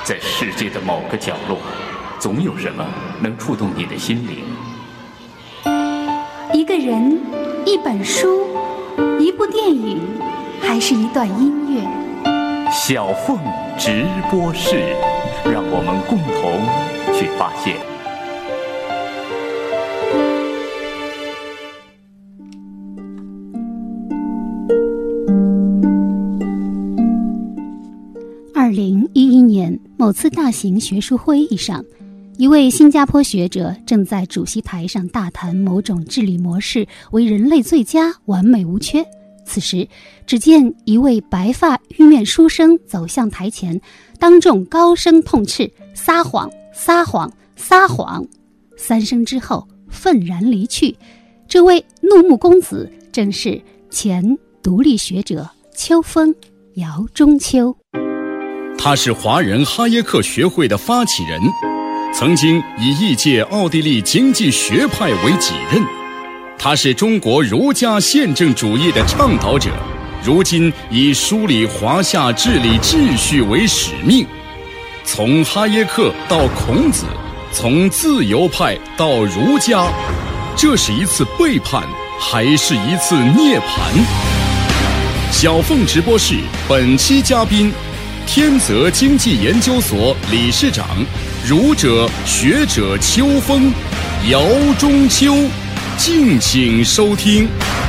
在世界的某个角落，总有什么能触动你的心灵。 一个人，一本书，一部电影，还是一段音乐。 小凤直播室，让我们共同去发现。 2011年某次大型学术会议上，一位新加坡学者正在主席台上大谈某种治理模式为人类最佳，完美无缺。此时只见一位白发玉面书生走向台前，当众高声痛斥：撒谎撒谎撒谎！3声之后愤然离去。这位怒目公子正是前独立学者秋风姚中秋。 他是华人哈耶克学会的发起人，曾经以异界奥地利经济学派为己任。他是中国儒家宪政主义的倡导者，如今以梳理华夏治理秩序为使命。从哈耶克到孔子，从自由派到儒家，这是一次背叛，还是一次涅槃？小凤直播室本期嘉宾，天泽经济研究所理事长、儒者学者秋风姚中秋，敬请收听。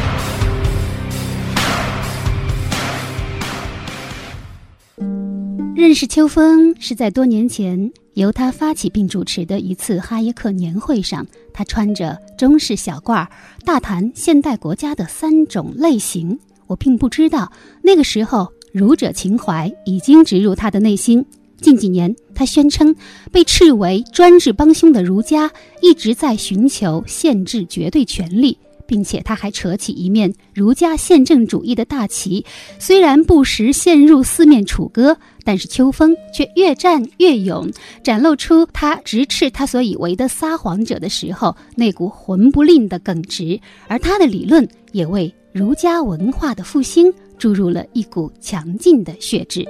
认识秋风是在多年前由他发起并主持的一次哈耶克年会上，他穿着中式小褂，大谈现代国家的3种类型。我并不知道那个时候儒者情怀已经植入他的内心。近几年，他宣称被斥为专制帮凶的儒家一直在寻求限制绝对权力，并且他还扯起一面儒家宪政主义的大旗。虽然不时陷入四面楚歌，但是秋风却越战越勇，展露出他直斥他所以为的撒谎者的时候那股魂不吝的耿直，而他的理论也为儒家文化的复兴注入了一股强劲的血质。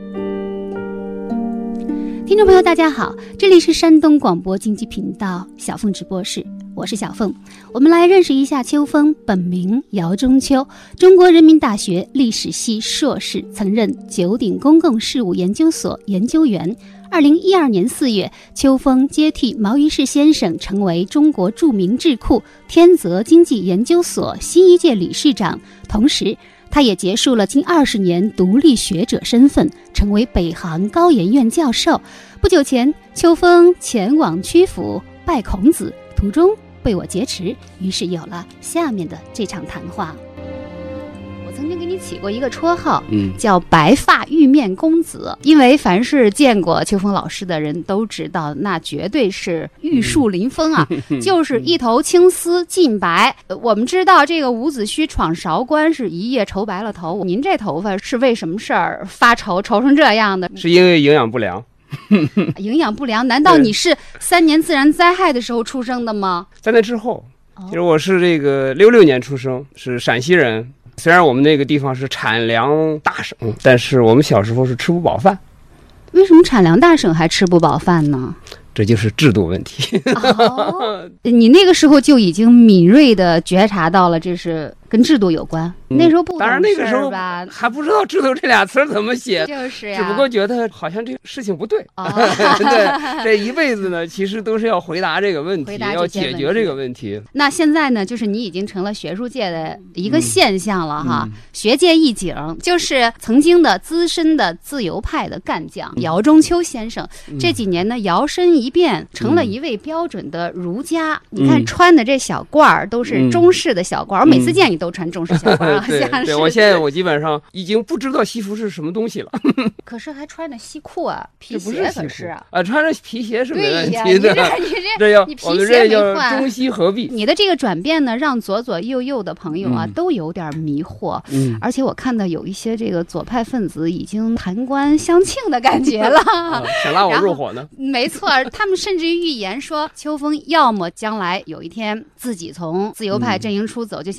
听众朋友大家好，这里是山东广播经济频道小凤直播室，我是小凤。我们来认识一下秋风，本名姚中秋，中国人民大学历史系硕士，曾任九鼎公共事务研究所研究员。2012年4月，秋风接替毛于轼先生，成为中国著名智库天泽经济研究所新一届理事长。同时他也结束了近20年独立学者身份，成为北航高研院教授。不久前，秋风前往曲阜拜孔子，途中被我劫持，于是有了下面的这场谈话。我曾经给你起过一个绰号，叫白发玉面公子，因为凡是见过秋风老师的人都知道，那绝对是玉树临风啊，就是一头青丝尽白。我们知道这个伍子胥闯韶关是一夜愁白了头，您这头发是为什么事儿发愁成这样的？ 是因为营养不良。 营养不良？难道你是3年自然灾害的时候出生的吗？ 在那之后，其实我是这个66年出生，是陕西人。虽然我们那个地方是产粮大省，但是我们小时候是吃不饱饭。 为什么产粮大省还吃不饱饭呢？ 这就是制度问题。 你那个时候就已经敏锐地觉察到了这是跟制度有关。那时候不懂事吧， 当然那个时候还不知道制度这俩词怎么写， 就是呀， 只不过觉得好像这个事情不对。对，这一辈子呢，其实都是要回答这个问题，要解决这个问题。 那现在呢，就是你已经成了学术界的一个现象了哈，学界一景，就是曾经的资深的自由派的干将姚中秋先生，这几年呢摇身一变成了一位标准的儒家。你看穿的这小褂儿都是中式的小褂儿，我每次见你都穿中式小褂儿。 对，我现在基本上已经不知道西服是什么东西了。 可是还穿着西裤啊，皮鞋可是啊，穿着皮鞋是没问题的。 你皮鞋没换， 中西合璧。 你的这个转变呢，让左左右右的朋友啊都有点迷惑。而且我看到有一些这个左派分子已经弹冠相庆的感觉了， 想拉我入伙呢。 没错，他们甚至预言说，秋风要么将来有一天自己从自由派阵营出走，就像刘晓峰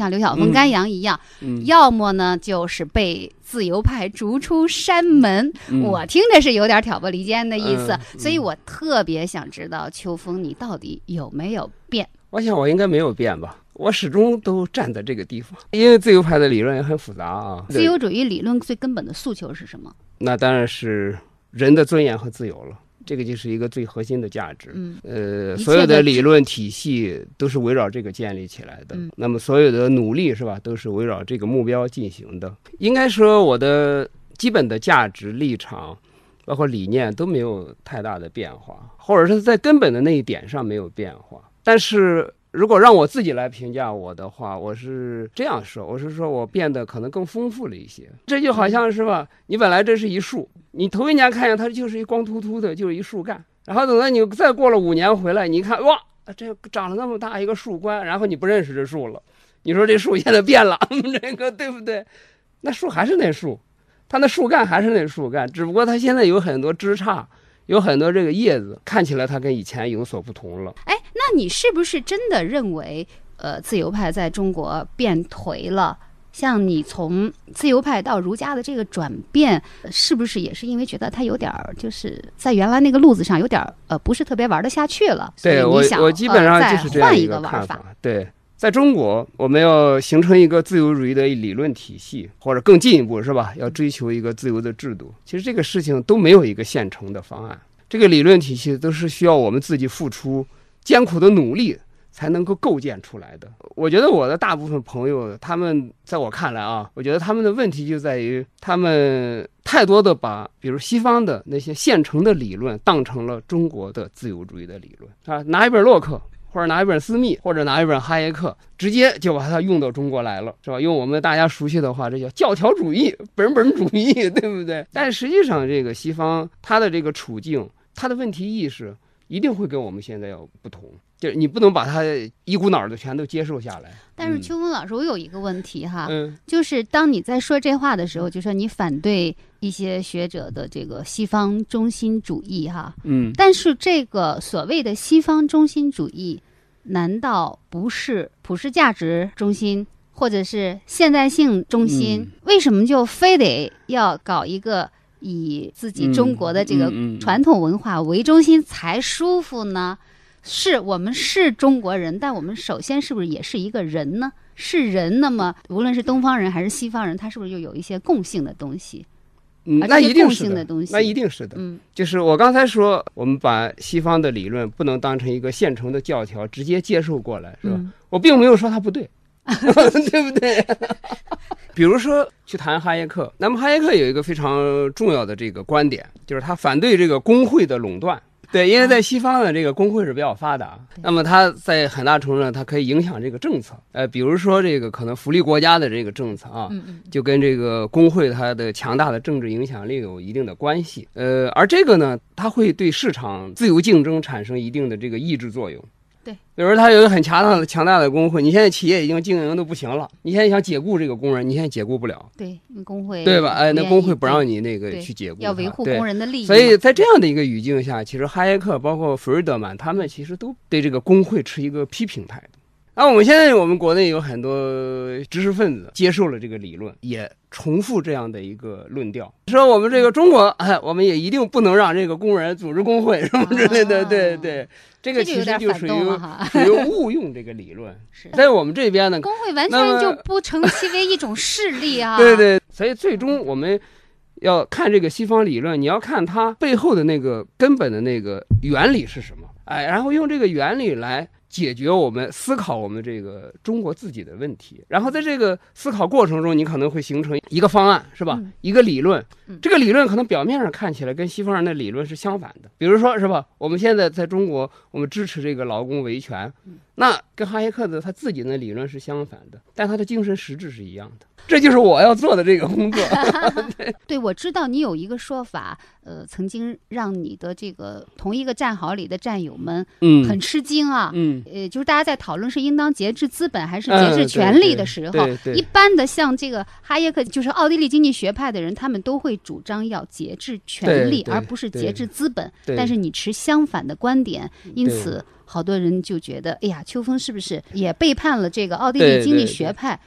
风干羊一样，要么呢就是被自由派逐出山门。我听着是有点挑拨离间的意思，所以我特别想知道秋风你到底有没有变？ 我想我应该没有变吧，我始终都站在这个地方，因为自由派的理论也很复杂啊。 自由主义理论最根本的诉求是什么？ 那当然是人的尊严和自由了。这个就是一个最核心的价值。所有的理论体系都是围绕这个建立起来的。那么所有的努力是吧，都是围绕这个目标进行的。应该说我的基本的价值立场，包括理念都没有太大的变化，或者是在根本的那一点上没有变化。但是如果让我自己来评价我的话，我是这样说，我是说我变得可能更丰富了一些。这就好像是吧，你本来这是一树，你头一年看见它就是一光秃秃的，就是一树干，然后等到你再过了5年回来，你一看，哇，这长了那么大一个树冠，然后你不认识这树了，你说这树现在变了，这个对不对？那树还是那树，它那树干还是那树干，只不过它现在有很多枝杈，有很多这个叶子，看起来它跟以前有所不同了。 哎，那你是不是真的认为自由派在中国变颓了？像你从自由派到儒家的这个转变，是不是也是因为觉得他有点就是在原来那个路子上有点不是特别玩得下去了？ 对，我基本上就是这样一个看法。对，在中国我们要形成一个自由主义的理论体系，或者更进一步是吧，要追求一个自由的制度，其实这个事情都没有一个现成的方案。这个理论体系都是需要我们自己付出艰苦的努力才能够构建出来的。我觉得我的大部分朋友，他们在我看来啊，我觉得他们的问题就在于他们太多的把比如西方的那些现成的理论当成了中国的自由主义的理论啊，拿一本洛克或者拿一本斯密或者拿一本哈耶克，直接就把它用到中国来了，是吧？用我们大家熟悉的话，这叫教条主义、本主义，对不对？但实际上这个西方它的这个处境，它的问题意识一定会跟我们现在要不同，就是你不能把它一股脑的全都接受下来。 但是秋风老师，我有一个问题哈，就是当你在说这话的时候，就说你反对一些学者的这个西方中心主义哈，但是这个所谓的西方中心主义，难道不是普世价值中心或者是现代性中心？为什么就非得要搞一个以自己中国的这个传统文化为中心才舒服呢？是我们是中国人，但我们首先是不是也是一个人呢？是人，那么无论是东方人还是西方人，他是不是就有一些共性的东西？ 那一定是的， 那一定是的。就是我刚才说，我们把西方的理论不能当成一个现成的教条直接接受过来，是吧？我并没有说它不对，对不对？比如说去谈哈耶克，那么哈耶克有一个非常重要的这个观点，就是他反对这个工会的垄断。对，因为在西方的这个工会是比较发达，那么它在很大程度上它可以影响这个政策。比如说这个可能福利国家的这个政策啊，就跟这个工会它的强大的政治影响力有一定的关系。而这个呢，它会对市场自由竞争产生一定的这个抑制作用。 对， 比如它有一个很强大的工会，你现在企业已经经营的不行了，你现在想解雇这个工人，你现在解雇不了。 对，工会对吧？那工会不让你那个去解雇， 要维护工人的利益。 所以在这样的一个语境下，其实哈耶克包括弗瑞德曼他们其实都对这个工会持一个批评态度。我们现在我们国内有很多知识分子接受了这个理论，也重复这样的一个论调，说我们这个中国，我们也一定不能让这个工人组织工会什么之类的。对，这个其实就属于误用这个理论。在我们这边呢， 工会完全就不成其为一种势力啊。 对，所以最终我们要看这个西方理论，你要看它背后的那个根本的那个原理是什么，然后用这个原理来解决我们思考我们这个中国自己的问题，然后在这个思考过程中，你可能会形成一个方案，是吧？一个理论，这个理论可能表面上看起来跟西方人的理论是相反的。比如说，是吧？我们现在在中国，我们支持这个劳工维权，那跟哈耶克的他自己的理论是相反的，但他的精神实质是一样的。这就是我要做的这个工作。 对，我知道你有一个说法，曾经让你的这个同一个战壕里的战友们，很吃惊啊。就是大家在讨论是应当节制资本还是节制权力的时候，一般的像这个哈耶克，就是奥地利经济学派的人，他们都会主张要节制权力，而不是节制资本。但是你持相反的观点，因此好多人就觉得，哎呀，秋风是不是也背叛了这个奥地利经济学派？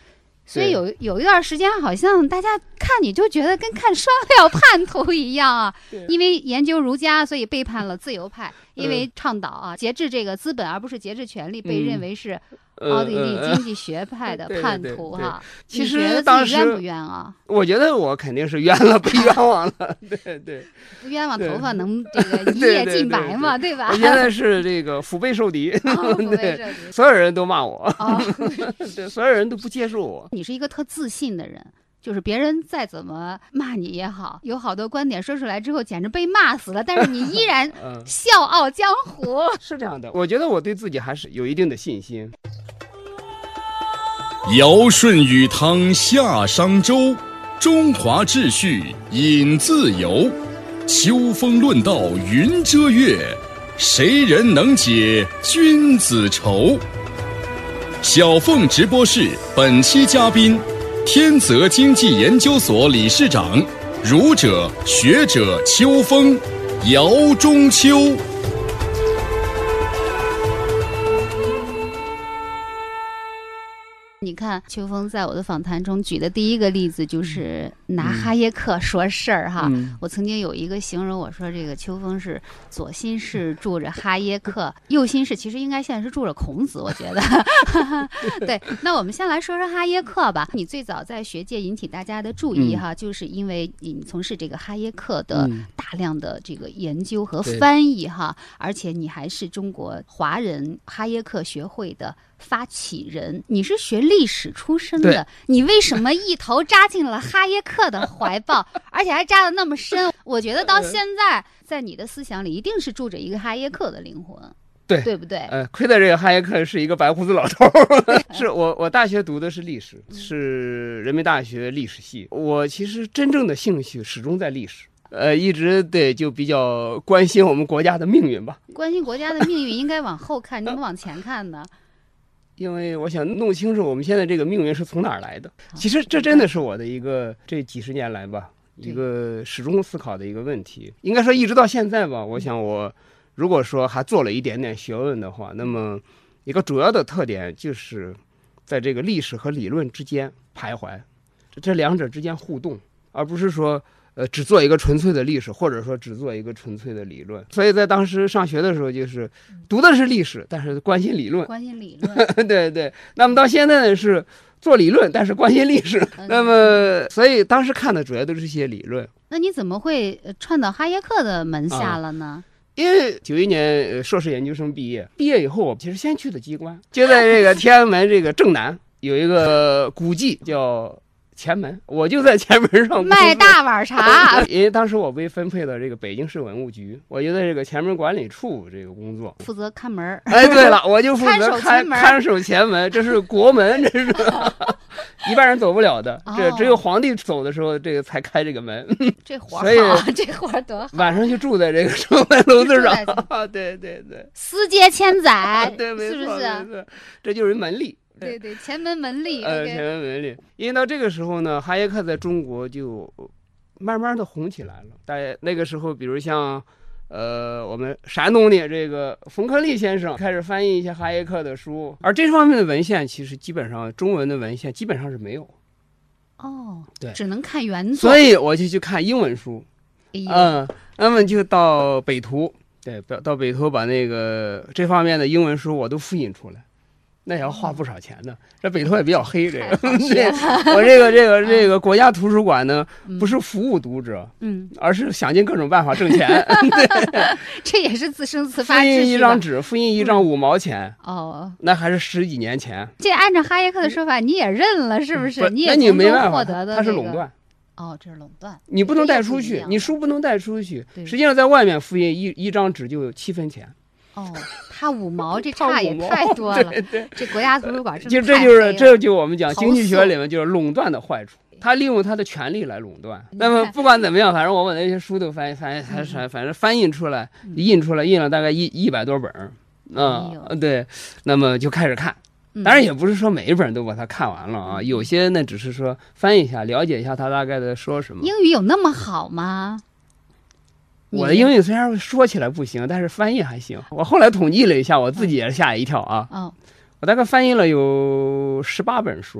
所以有一段时间，好像大家看你就觉得跟看双料叛徒一样啊。因为研究儒家，所以背叛了自由派；因为倡导啊节制这个资本，而不是节制权力，被认为是奥地利经济学派的叛徒哈。 其实当时冤不冤啊？ 我觉得我肯定是冤了，被冤枉了。对， 不冤枉头发能这个一夜尽白嘛，对吧？ 我现在是这个腹背受敌，对，所有人都骂我，对，所有人都不接受我。 你是一个特自信的人。就是别人再怎么骂你也好，有好多观点说出来之后简直被骂死了，但是你依然笑傲江湖。 是这样的，我觉得我对自己还是有一定的信心。 尧舜禹汤夏商周，中华秩序引自由。秋风论道云遮月，谁人能解君子愁？小凤直播室本期嘉宾，天泽经济研究所理事长、儒者学者秋风，姚中秋。 你看秋风在我的访谈中举的第一个例子就是拿哈耶克说事儿哈。我曾经有一个形容，我说这个秋风是左心室住着哈耶克，右心室其实应该现在是住着孔子，我觉得。对，那我们先来说说哈耶克吧。你最早在学界引起大家的注意哈，就是因为你从事这个哈耶克的大量的这个研究和翻译哈，而且你还是中国华人哈耶克学会的发起人。你是学历史出身的，你为什么一头扎进了哈耶克的怀抱，而且还扎得那么深？我觉得到现在，在你的思想里，一定是住着一个哈耶克的灵魂。对不对？ 亏得这个哈耶克是一个白胡子老头是我大学读的是历史，是人民大学历史系。我其实真正的兴趣始终在历史。一直就比较关心我们国家的命运吧。 关心国家的命运应该往后看，你们往前看呢？ 因为我想弄清楚我们现在这个命运是从哪儿来的。其实这真的是我的一个这几十年来吧，一个始终思考的一个问题。应该说一直到现在吧，我想我如果说还做了一点点学问的话，那么一个主要的特点就是在这个历史和理论之间徘徊，这两者之间互动，而不是说只做一个纯粹的历史，或者说只做一个纯粹的理论。所以在当时上学的时候，就是读的是历史，但是关心理论。对。那么到现在呢，是做理论，但是关心历史。那么，所以当时看的主要都是这些理论。 那你怎么会串到哈耶克的门下了呢？ 因为91年硕士研究生毕业以后，我其实先去的机关，就在这个天安门这个正南有一个古迹叫前门，我就在前门上卖大碗茶。 因为当时我被分配到这个北京市文物局，我就在这个前门管理处这个工作， 负责看门。 对了，我就负责看守前门，这是国门，这是一般人走不了的，这只有皇帝走的时候，这个才开这个门。 这活好，这活多好。 晚上就住在这个城门楼子上。对， 私接千载， 对，没错， 是不是？ 这就是门吏。 对，前门门吏。 前门门吏。因为到这个时候呢，哈耶克在中国就慢慢的红起来了。在那个时候，比如像我们山东的这个冯克利先生开始翻译一些哈耶克的书，而这方面的文献其实基本上中文的文献基本上是没有。对， 只能看原作。 所以我就去看英文书。那么就到北图，到北图把那个这方面的英文书我都复印出来。那也要花不少钱的，这北图也比较黑。这个，对，我这个国家图书馆呢，不是服务读者，而是想尽各种办法挣钱。对， 这也是自生自发。 复印一张纸，复印一张5毛钱。那还是10几年前。 这按照哈耶克的说法，你也认了，是不是？ 那你没办法获得的， 它是垄断。 这是垄断。 你不能带出去，你书不能带出去。实际上，在外面复印一张纸就7分钱。 他5毛，这差也太多了。 对， 这国家图书馆这就我们讲经济学里面就是垄断的坏处，他利用他的权利来垄断。那么不管怎么样，反正我把那些书都反正翻印出来，印了大概100多本对，那么就开始看。当然也不是说每一本都把它看完了啊，有些呢只是说翻译一下，了解一下他大概在说什么。 英语有那么好吗？ 我的英语虽然说起来不行，但是翻译还行。我后来统计了一下，我自己也吓一跳啊。我大概翻译了有18本书。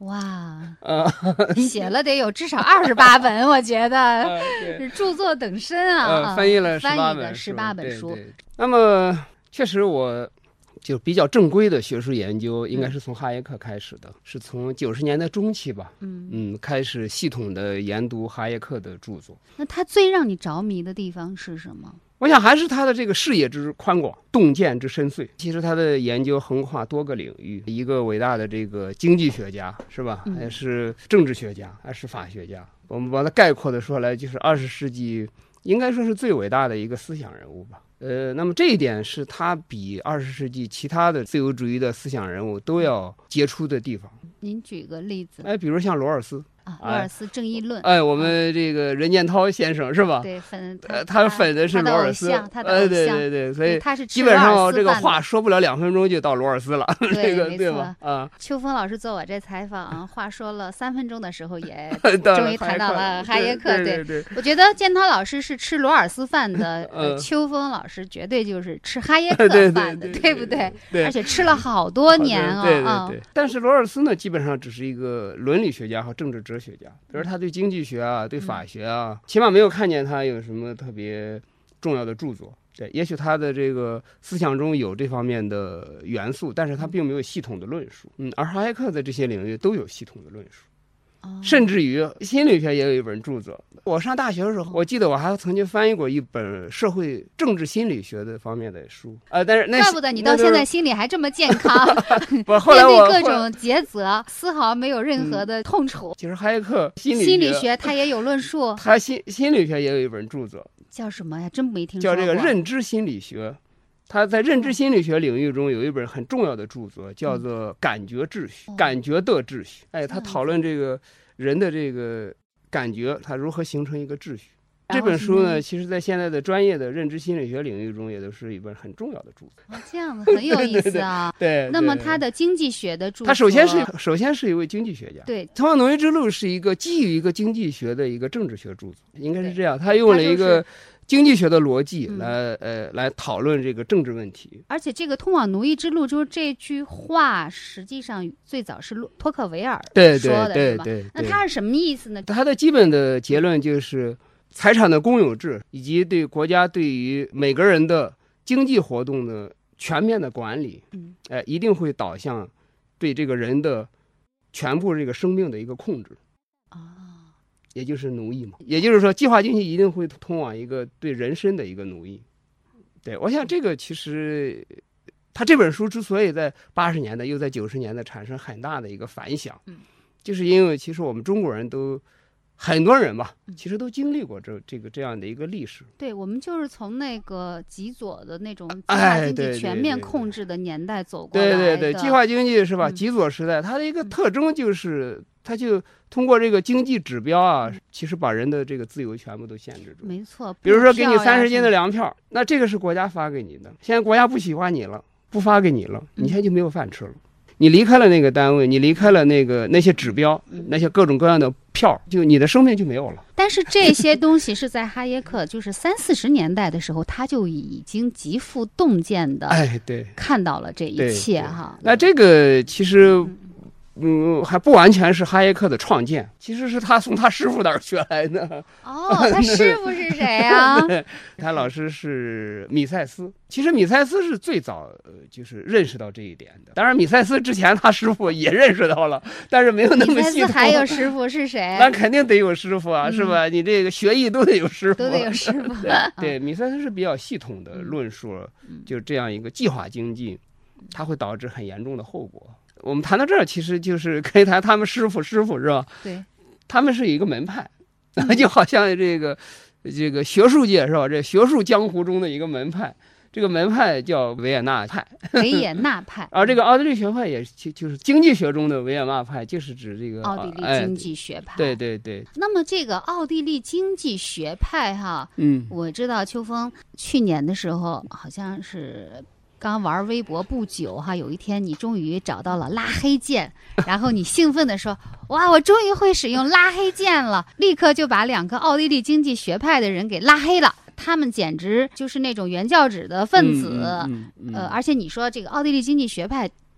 哇，写了得有至少28本，我觉得著作等身啊。 翻译了 18本书。 对。那么确实我就比较正规的学术研究应该是从哈耶克开始的，是从90年代中期吧，开始系统的研读哈耶克的著作。 那他最让你着迷的地方是什么？ 我想还是他的这个视野之宽广，洞见之深邃。其实他的研究横跨多个领域，一个伟大的这个经济学家是吧，还是政治学家，还是法学家。我们把它概括的说来，就是20世纪应该说是最伟大的一个思想人物吧。那么这一点是他比20世纪其他的自由主义的思想人物都要杰出的地方。 您举个例子。 比如像罗尔斯。 罗尔斯正义论。 我们这个任建涛先生是吧？ 对， 他粉的是罗尔斯， 他的偶像， 对，所以他是基本上这个话说不了2分钟就到罗尔斯了， 对， 对吧？ 秋风老师做我这采访，话说了3分钟的时候，也终于谈到了哈耶克。 对， 我觉得建涛老师是吃罗尔斯饭的，秋风老师绝对就是吃哈耶克饭的，对不对？而且吃了好多年啊。 对。但是罗尔斯呢，基本上只是一个伦理学家和政治哲学家，比如他对经济学啊、对法学啊，起码没有看见他有什么特别重要的著作。对，也许他的这个思想中有这方面的元素，但是他并没有系统的论述。而哈耶克在这些领域都有系统的论述。甚至于心理学也有一本著作。我上大学的时候，我记得我还曾经翻译过一本社会政治心理学的方面的书。但是怪不得你到现在心理还这么健康。 后来面对各种抉择，丝毫没有任何的痛楚。 其实哈耶克心理学他也有论述， 他心理学也有一本著作， 叫什么呀？真没听说过。 叫这个认知心理学。他在认知心理学领域中有一本很重要的著作，叫做《感觉秩序》，感觉的秩序。他讨论这个人的这个感觉，它如何形成一个秩序。这本书呢，其实在现在的专业的认知心理学领域中，也都是一本很重要的著作。 这样子很有意思啊。 对。 那么他的经济学的著作， 他首先是一位经济学家。 对。 通往奴役之路是一个基于一个经济学的一个政治学著作，应该是这样。他用了一个经济学的逻辑来讨论这个政治问题。 而且这个通往奴役之路，就是这句话实际上最早是托克维尔说的，是吧？ 对。 那他是什么意思呢？ 他的基本的结论就是财产的公有制以及对国家对于每个人的经济活动的全面的管理，一定会导向对这个人的全部这个生命的一个控制。也就是奴役嘛，也就是说计划经济一定会通往一个对人身的一个奴役。对，我想这个其实他这本书之所以在80年代又在90年代产生很大的一个反响，就是因为其实我们中国人都很多人吧，其实都经历过这样的一个历史。 对，我们就是从那个极左的那种计划经济全面控制的年代走过来的。 对，计划经济是吧？极左时代，它的一个特征就是，它就通过这个经济指标啊，其实把人的这个自由全部都限制住。 没错。 比如说给你30斤的粮票，那这个是国家发给你的，现在国家不喜欢你了，不发给你了，你现在就没有饭吃了。你离开了那个单位，你离开了那些指标，那些各种各样的票，就你的生命就没有了。 但是这些东西是在哈耶克就是30-40年代的时候，他就已经极富洞见的， 对， 看到了这一切哈。 那这个其实还不完全是哈耶克的创建，其实是他从他师傅那儿学来的。 他师傅是谁啊？ 他老师是米塞斯。其实米塞斯是最早就是认识到这一点的。当然，米塞斯之前他师傅也认识到了，但是没有那么细。 米塞斯还有师傅是谁？ 那肯定得有师傅啊，是吧？你这个学艺都得有师傅， 都得有师傅。 对，米塞斯是比较系统的论述，就这样一个计划经济，它会导致很严重的后果。我们谈到这儿，其实就是可以谈他们师傅是吧？ 对， 他们是一个门派，就好像这个学术界是吧？这学术江湖中的一个门派，这个门派叫维也纳派。 维也纳派。 而这个奥地利学派也就是经济学中的维也纳派，就是指这个奥地利经济学派。 对。 那么这个奥地利经济学派哈，我知道秋风去年的时候好像是刚玩微博不久哈，有一天你终于找到了拉黑键，然后你兴奋地说：“哇，我终于会使用拉黑键了！”立刻就把2个奥地利经济学派的人给拉黑了。他们简直就是那种原教旨的分子。而且你说这个奥地利经济学派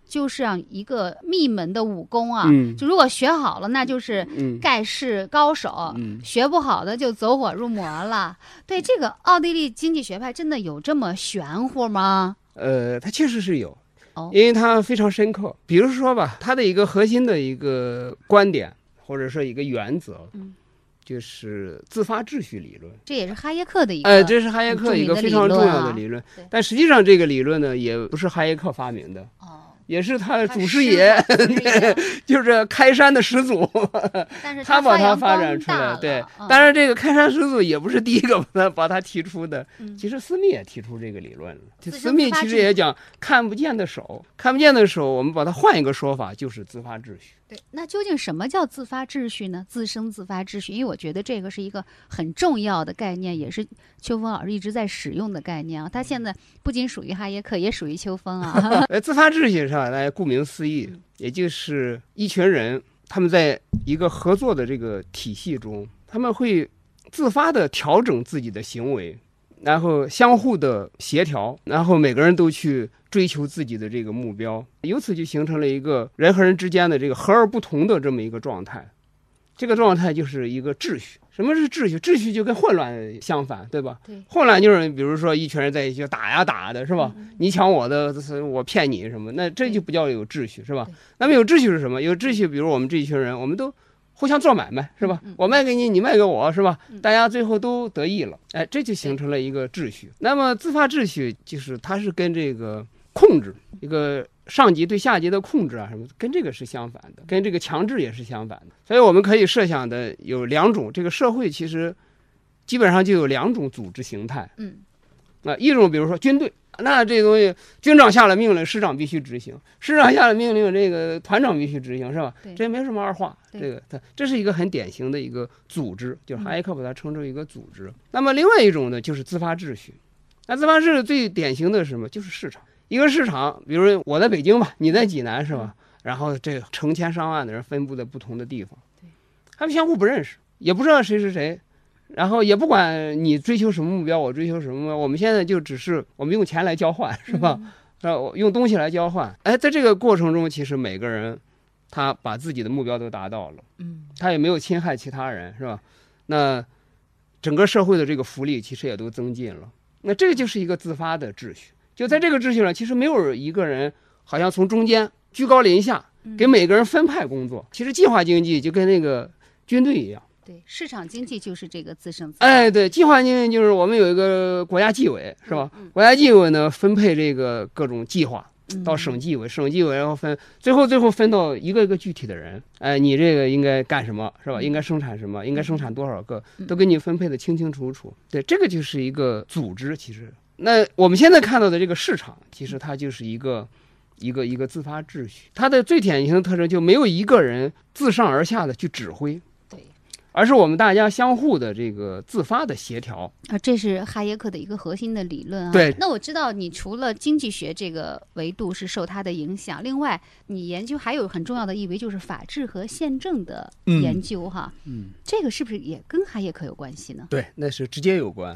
就是像一个秘门的武功啊， 嗯， 就如果学好了，那就是盖世高手，学不好的就走火入魔了。对，这个奥地利经济学派真的有这么玄乎吗？ 它确实是有，因为它非常深刻。比如说吧，它的一个核心的一个观点或者说一个原则，就是自发秩序理论。 这也是哈耶克的一个， 这是哈耶克一个非常重要的理论。但实际上这个理论呢，也不是哈耶克发明的。也是他的祖师爷，就是开山的始祖， 但是他把它发展出来。对，当然这个开山始祖也不是第一个把他提出的，其实斯密也提出这个理论了。斯密其实也讲看不见的手，看不见的手，我们把它换一个说法，就是自发秩序。 对，那究竟什么叫自发秩序呢？自生自发秩序，因为我觉得这个是一个很重要的概念，也是秋风老师一直在使用的概念啊。他现在不仅属于哈耶克，也属于秋风啊。 自发秩序上来，顾名思义，也就是一群人他们在一个合作的这个体系中，他们会自发的调整自己的行为，然后相互的协调，然后每个人都去追求自己的这个目标，由此就形成了一个人和人之间的这个和而不同的这么一个状态。这个状态就是一个秩序。什么是秩序？秩序就跟混乱相反，对吧？ 对， 混乱就是比如说一群人在一起打呀打的，是吧？你抢我的，我骗你什么，那这就不叫有秩序，是吧？那么有秩序是什么？有秩序，比如我们这一群人，我们都互相做买卖，是吧？我卖给你，你卖给我，是吧？大家最后都得益了，这就形成了一个秩序。那么自发秩序就是它是跟这个控制，一个上级对下级的控制啊什么，跟这个是相反的，跟这个强制也是相反的。所以我们可以设想的有两种，这个社会其实基本上就有两种组织形态。一种比如说军队，那这东西军长下了命令，师长必须执行；师长下了命令，这个团长必须执行，是吧？这没什么二话。这是一个很典型的一个组织，就是哈耶克把它称之为一个组织。那么另外一种呢，就是自发秩序。那自发秩序最典型的是什么？就是市场。一个市场，比如我在北京吧，你在济南，是吧？然后这成千上万的人分布在不同的地方，他们相互不认识，也不知道谁是谁，然后也不管你追求什么目标，我追求什么目标，我们现在就只是我们用钱来交换，是吧？用东西来交换。在这个过程中，其实每个人他把自己的目标都达到了，他也没有侵害其他人，是吧？那整个社会的这个福利其实也都增进了。那这个就是一个自发的秩序。就在这个秩序上，其实没有一个人好像从中间居高临下给每个人分派工作。其实计划经济就跟那个军队一样。 对，市场经济就是这个自生自发。 对，计划经济就是我们有一个国家纪委，是吧？国家纪委呢分配这个各种计划到省纪委，省纪委然后最后分到一个一个具体的人。你这个应该干什么，是吧？应该生产什么，应该生产多少个，都给你分配的清清楚楚。对，这个就是一个组织。其实那我们现在看到的这个市场，其实它就是一个自发秩序。它的最典型的特征就没有一个人自上而下的去指挥，而是我们大家相互的这个自发的协调啊，这是哈耶克的一个核心的理论啊。 对， 那我知道你除了经济学这个维度是受它的影响，另外你研究还有很重要的一维就是法治和宪政的研究哈。这个是不是也跟哈耶克有关系呢？ 对，那是直接有关。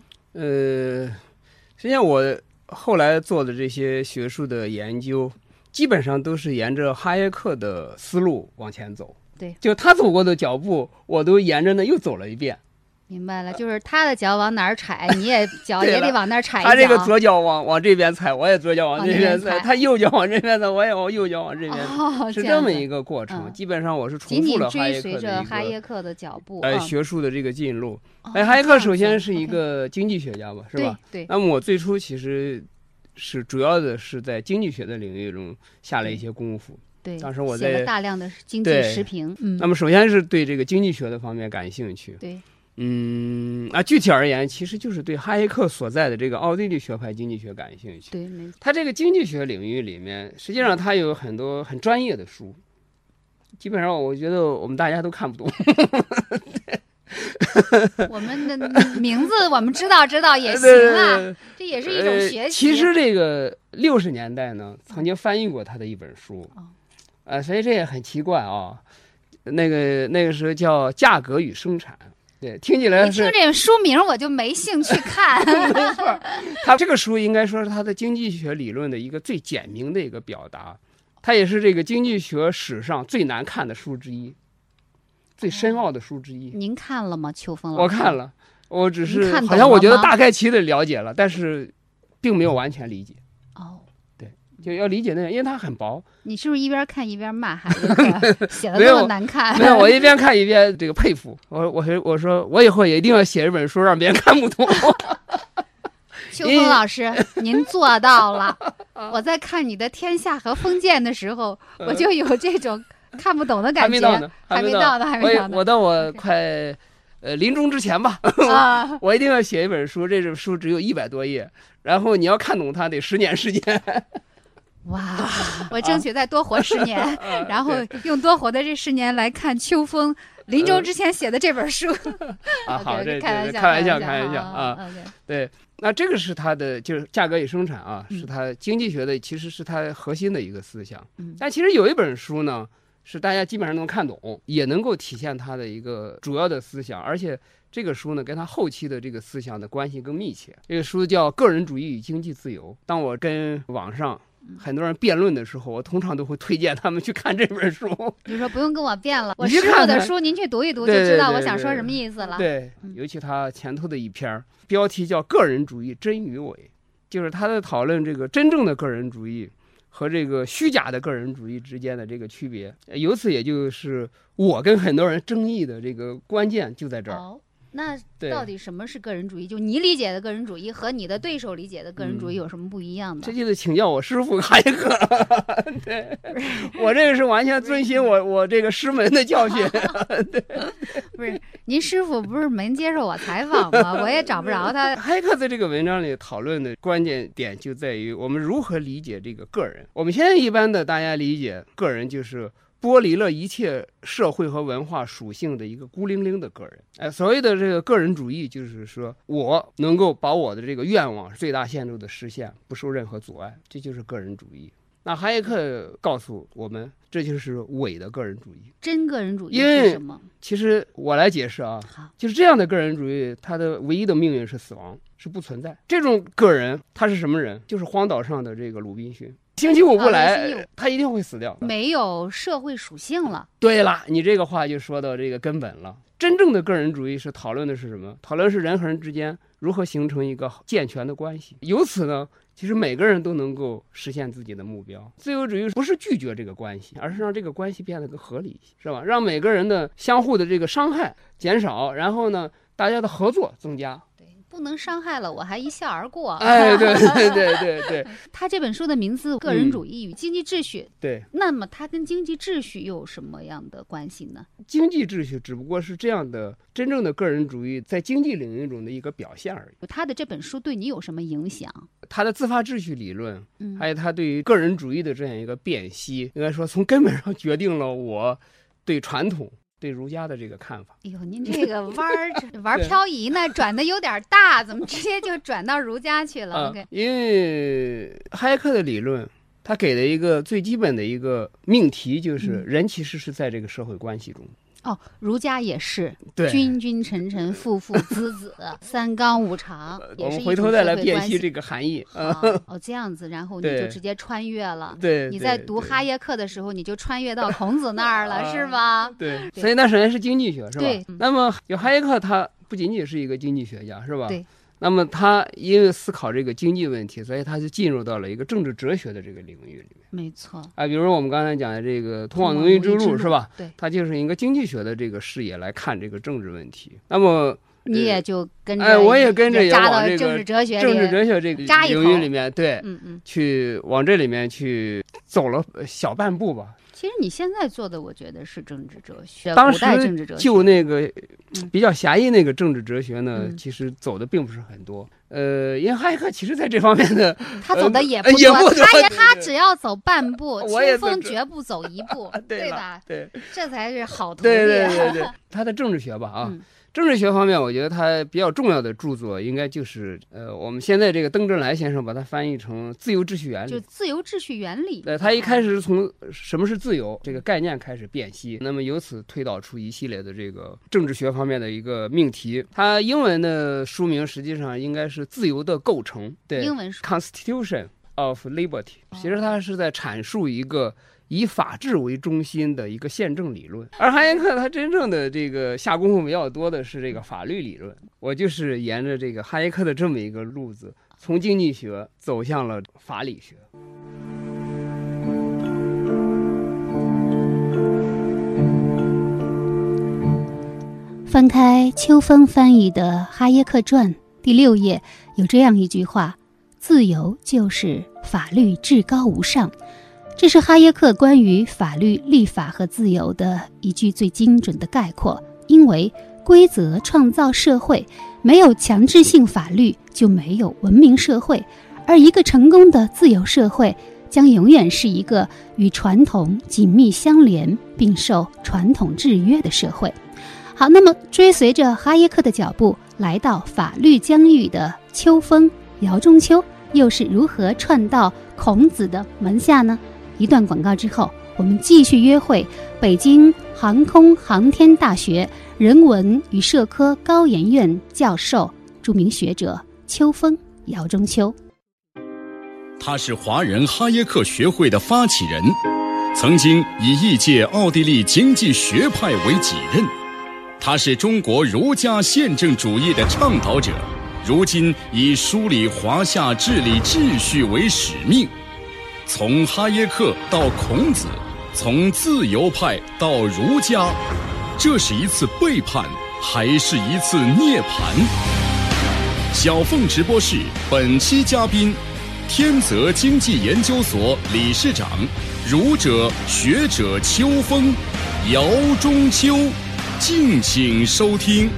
实际上我后来做的这些学术的研究，基本上都是沿着哈耶克的思路往前走。 对， 就他走过的脚步，我都沿着呢又走了一遍。 明白了，就是他的脚往哪儿踩，你也脚也得往那儿踩一脚。 他这个左脚往这边踩，我也左脚往这边踩；他右脚往这边踩，我也往右脚往这边踩。是这么一个过程。基本上我是重复了哈耶克的追随着哈耶克的脚步， 学术的这个进路。哈耶克首先是一个经济学家嘛，是吧？ 对。 那么我最初其实是主要的是在经济学的领域中下了一些功夫。 对， 当时我写了大量的经济时评。 那么首先是对这个经济学的方面感兴趣。 对。 具体而言，其实就是对哈耶克所在的这个奥地利学派经济学感兴趣。 对，没错。 他这个经济学领域里面，实际上他有很多很专业的书，基本上我觉得我们大家都看不懂。 我们的名字我们知道也行啊，这也是一种学习。 其实这个60年代呢，曾经翻译过他的一本书，所以这也很奇怪啊。那个时候叫《价格与生产》。对，听起来是。 听这个书名我就没兴趣看。 没错，他这个书应该说是他的经济学理论的一个最简明的一个表达。 它也是这个经济学史上最难看的书之一，最深奥的书之一。 您看了吗，秋风老师？ 我看了，我只是好像我觉得大概其的了解了，但是并没有完全理解。 哦， 对，就要理解那个，因为它很薄。 你是不是一边看一边骂孩子？写的那么难看？ 没有，我一边看一边这个佩服。我说我以后也一定要写一本书，让别人看不懂。 秋风老师，您做到了。我在看你的《天下》和《封建》的时候，我就有这种看不懂的感觉。还没到呢。 我到我快临终之前吧，我一定要写一本书。这本书只有100多页，然后你要看懂它得10年时间。 哇！我争取再多活10年，然后用多活的这10年来看秋风临终之前写的这本书。 好，这开玩笑啊。对，那这个是它的就是价格与生产啊，是它经济学的，其实是它核心的一个思想。但其实有一本书呢，是大家基本上能看懂，也能够体现它的一个主要的思想，而且这个书呢跟它后期的这个思想的关系更密切。这个书叫《个人主义与经济自由》。当我跟网上很多人辩论的时候，我通常都会推荐他们去看这本书。 你说不用跟我辩了，我师傅的书您去读一读就知道我想说什么意思了。 对，尤其他前头的一篇标题叫《个人主义真与伪》，就是他在讨论这个真正的个人主义和这个虚假的个人主义之间的这个区别。由此也就是我跟很多人争议的这个关键就在这儿。 那到底什么是个人主义？就你理解的个人主义和你的对手理解的个人主义有什么不一样的？ 这就得请教我师傅哈耶克。对，我这个是完全遵循我这个师门的教训。对， 不是您师傅不是没接受我采访吗？我也找不着他。 哈耶克在这个文章里讨论的关键点就在于我们如何理解这个个人。我们现在一般的大家理解个人就是剥离了一切社会和文化属性的一个孤零零的个人。所谓的这个个人主义，就是说我能够把我的这个愿望最大限度的实现，不受任何阻碍，这就是个人主义。那哈耶克告诉我们，这就是伪的个人主义。 真个人主义是什么？ 其实我来解释啊，就是这样的个人主义，它的唯一的命运是死亡，是不存在。这种个人他是什么人？就是荒岛上的这个鲁滨逊。星期五不来，他一定会死掉， 没有社会属性了。 对了，你这个话就说到这个根本了。真正的个人主义是讨论的是什么？讨论是人和人之间如何形成一个健全的关系。由此呢，其实每个人都能够实现自己的目标。自由主义不是拒绝这个关系，而是让这个关系变得更合理，是吧？让每个人的相互的这个伤害减少，然后呢，大家的合作增加。 不能伤害了我还一笑而过。 对。 他这本书的名字《个人主义与经济秩序》。 对。 那么它跟经济秩序又有什么样的关系呢？ 经济秩序只不过是这样的真正的个人主义在经济领域中的一个表现而已。 他的这本书对你有什么影响？ 他的自发秩序理论，还有他对于个人主义的这样一个辨析，应该说从根本上决定了我对传统对儒家的这个看法。 哎呦，您这个玩漂移呢，转的有点大，怎么直接就转到儒家去了？OK， 因为哈耶克的理论，他给的一个最基本的一个命题就是人其实是在这个社会关系中。 儒家也是君君臣臣父父子子三纲五常， 我们回头再来辨析这个含义。 这样子，然后你就直接穿越了。 对， 你在读哈耶克的时候，你就穿越到孔子那儿了，是吧？ 对，所以那首先是经济学，是吧？对。那么有哈耶克，他不仅仅是一个经济学家，是吧？ 对。 那么他因为思考这个经济问题，所以他就进入到了一个政治哲学的这个领域里面。 没错比如说我们刚才讲的这个通往奴役之路，是吧？ 对， 他就是一个经济学的这个视野来看这个政治问题。那么你也就跟着， 我也跟着也扎到这个政治哲学这个领域里面，对，去往这里面去走了小半步吧。 其实你现在做的，我觉得是政治哲学， 当古代政治哲学。 就那个比较狭义那个政治哲学呢，其实走的并不是很多。因为哈耶克其实在这方面的他走的也不多，他只要走半步，秋风绝不走一步，对吧？ 对， 这才是好徒弟。 对，他的政治学吧政治学方面，我觉得他比较重要的著作应该就是我们现在这个邓振来先生把它翻译成《自由秩序原理》。 就自由秩序原理。 他一开始是从什么是自由这个概念开始辨析，那么由此推导出一系列的这个政治学方面的一个命题。他英文的书名实际上应该是《自由的构成》，对， 英文书 Constitution of Liberty。其实他是在阐述一个以法治为中心的一个宪政理论。而哈耶克他真正的这个下功夫比较多的是这个法律理论。我就是沿着这个哈耶克的这么一个路子，从经济学走向了法理学。 翻开秋风翻译的《哈耶克传》第6页，有这样一句话：自由就是法律至高无上。这是哈耶克关于法律、立法和自由的一句最精准的概括。因为规则创造社会，没有强制性法律就没有文明社会，而一个成功的自由社会将永远是一个与传统紧密相连并受传统制约的社会。好，那么追随着哈耶克的脚步来到法律疆域的秋风姚中秋，又是如何串到孔子的门下呢？一段广告之后，我们继续约会北京航空航天大学人文与社科高研院教授、著名学者秋风姚中秋。 他是华人哈耶克学会的发起人，曾经以异界奥地利经济学派为己任。他是中国儒家宪政主义的倡导者，如今以梳理华夏治理秩序为使命。从哈耶克到孔子，从自由派到儒家，这是一次背叛，还是一次涅槃？小凤直播室本期嘉宾，天泽经济研究所理事长、儒者学者秋风姚中秋，敬请收听。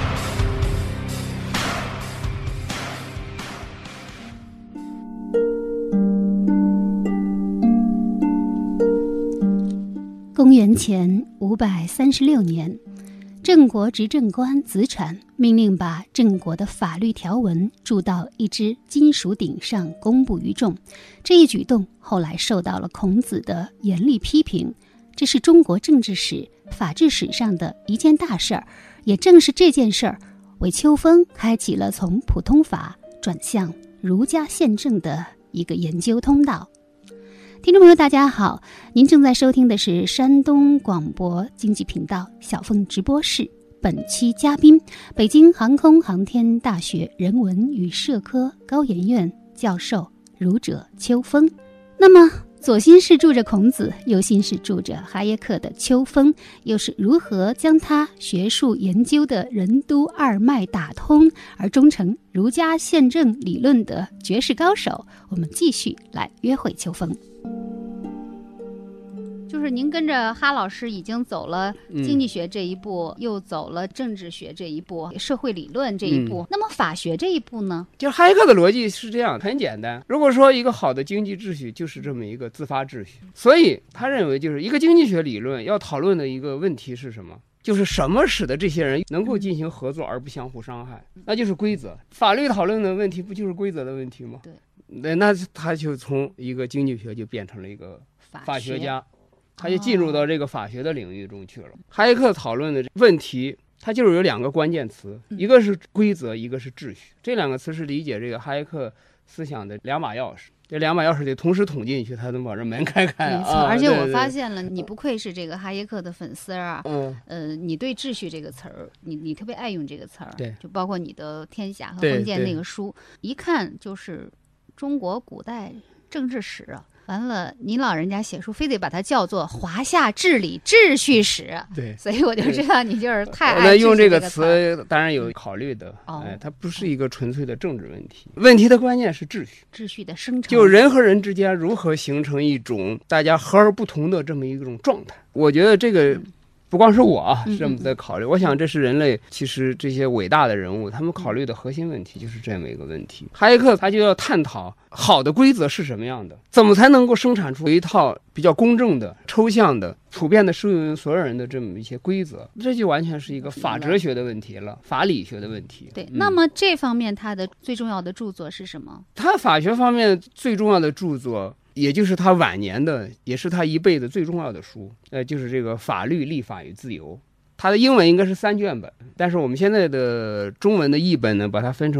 公元前536年，郑国执政官子产命令把郑国的法律条文铸到一只金属鼎上公布于众。这一举动后来受到了孔子的严厉批评，这是中国政治史、法治史上的一件大事儿。也正是这件事儿，为秋风开启了从普通法转向儒家宪政的一个研究通道。听众朋友大家好，您正在收听的是山东广播经济频道小凤直播室，本期嘉宾北京航空航天大学人文与社科高研院教授儒者秋风。那么左心是住着孔子，右心是住着哈耶克的秋风，又是如何将他学术研究的任督二脉打通，而终成儒家宪政理论的绝世高手？我们继续来约会秋风。就是您跟着哈老师已经走了经济学这一步，又走了政治学这一步，社会理论这一步，那么法学这一步呢？ 就是哈耶克的逻辑是这样，很简单。如果说一个好的经济秩序就是这么一个自发秩序，所以他认为就是一个经济学理论要讨论的一个问题是什么？就是什么使得这些人能够进行合作而不相互伤害？那就是规则。法律讨论的问题不就是规则的问题吗？对，那他就从一个经济学就变成了一个法学家。他就进入到这个法学的领域中去了。哈耶克讨论的问题，它就是有两个关键词，一个是规则，一个是秩序。这两个词是理解这个哈耶克思想的两把钥匙。这两把钥匙得同时捅进去，才能把这门开开。 没错，而且我发现了，你不愧是这个哈耶克的粉丝啊。你对秩序这个词儿，你特别爱用这个词儿。 对， 就包括你的《天下》和《封建》那个书，一看就是中国古代政治史啊。完了，您老人家写书非得把它叫做华夏治理秩序史， 对， 所以我就知道你就是太爱用这个词，当然有考虑的。它不是一个纯粹的政治问题，问题的关键是秩序， 秩序的生成， 就人和人之间如何形成一种大家和而不同的这么一种状态。我觉得这个不光是我是这么在考虑，我想这是人类其实这些伟大的人物他们考虑的核心问题，就是这么一个问题。哈耶克他就要探讨好的规则是什么样的，怎么才能够生产出一套比较公正的、抽象的、普遍的适用于所有人的这么一些规则。这就完全是一个法哲学的问题了，法理学的问题。 对，那么这方面他的最重要的著作是什么？ 他法学方面最重要的著作，也就是他晚年的，也是他一辈子最重要的书，就是这个《法律、立法与自由》。它的英文应该是3卷本，但是我们现在的中文的译本呢，把它分成